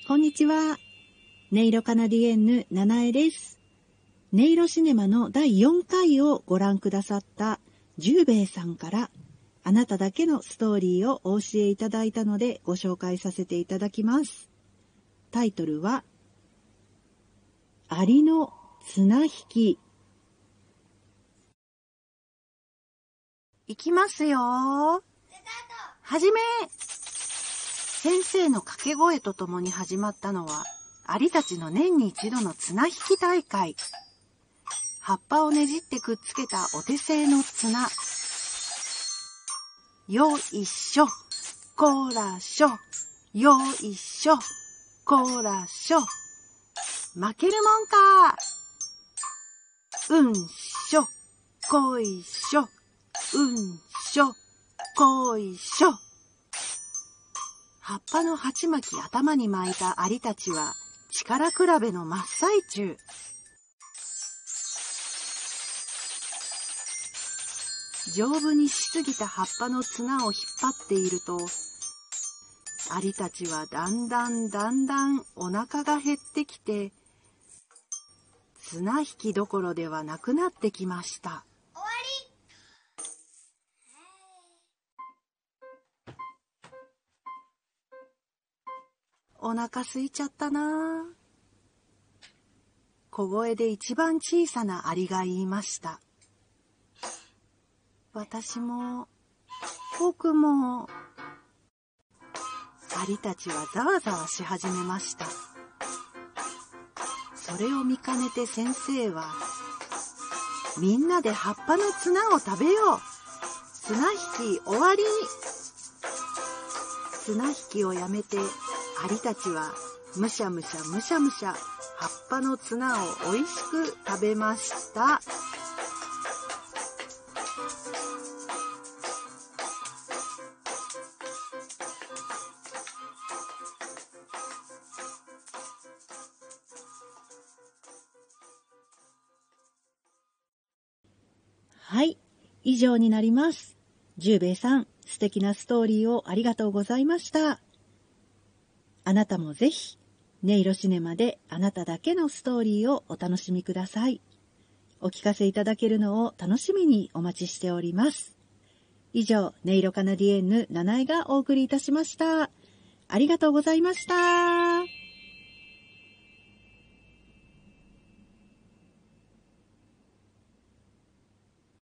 こんにちは。音色カナディエンヌ七重です。音色シネマの第4回をご覧くださった十兵衛さんから、あなただけのストーリーをお教えいただいたのでご紹介させていただきます。タイトルは、アリの綱引き。 いきますよ。はじめ。先生の掛け声とともに始まったのは、アリたちの年に一度の綱引き大会。葉っぱをねじってくっつけたお手製の綱。よいしょ、こらしょ、よいしょ、こらしょ。負けるもんか。うんしょ、こいしょ、うんしょ、こいしょ。葉っぱの鉢巻き頭に巻いたアリたちは力比べの真っ最中。丈夫にしすぎた葉っぱの綱を引っ張っていると、アリたちはだんだんお腹が減ってきて、綱引きどころではなくなってきました。終わり。お腹空いちゃったな。小声で一番小さなアリが言いました。私も、僕も。アリたちはざわざわし始めました。それを見かねて先生は、みんなで葉っぱの綱を食べよう。綱引き終わり。綱引きをやめて、アリたちはむしゃむしゃ葉っぱの綱をおいしく食べました。 はい、以上になります。十兵衛さん、素敵なストーリーをありがとうございました。あなたもぜひ、音色シネマであなただけのストーリーをお楽しみください。お聞かせいただけるのを楽しみにお待ちしております。以上、音色カナディエンヌ七重がお送りいたしました。ありがとうございました。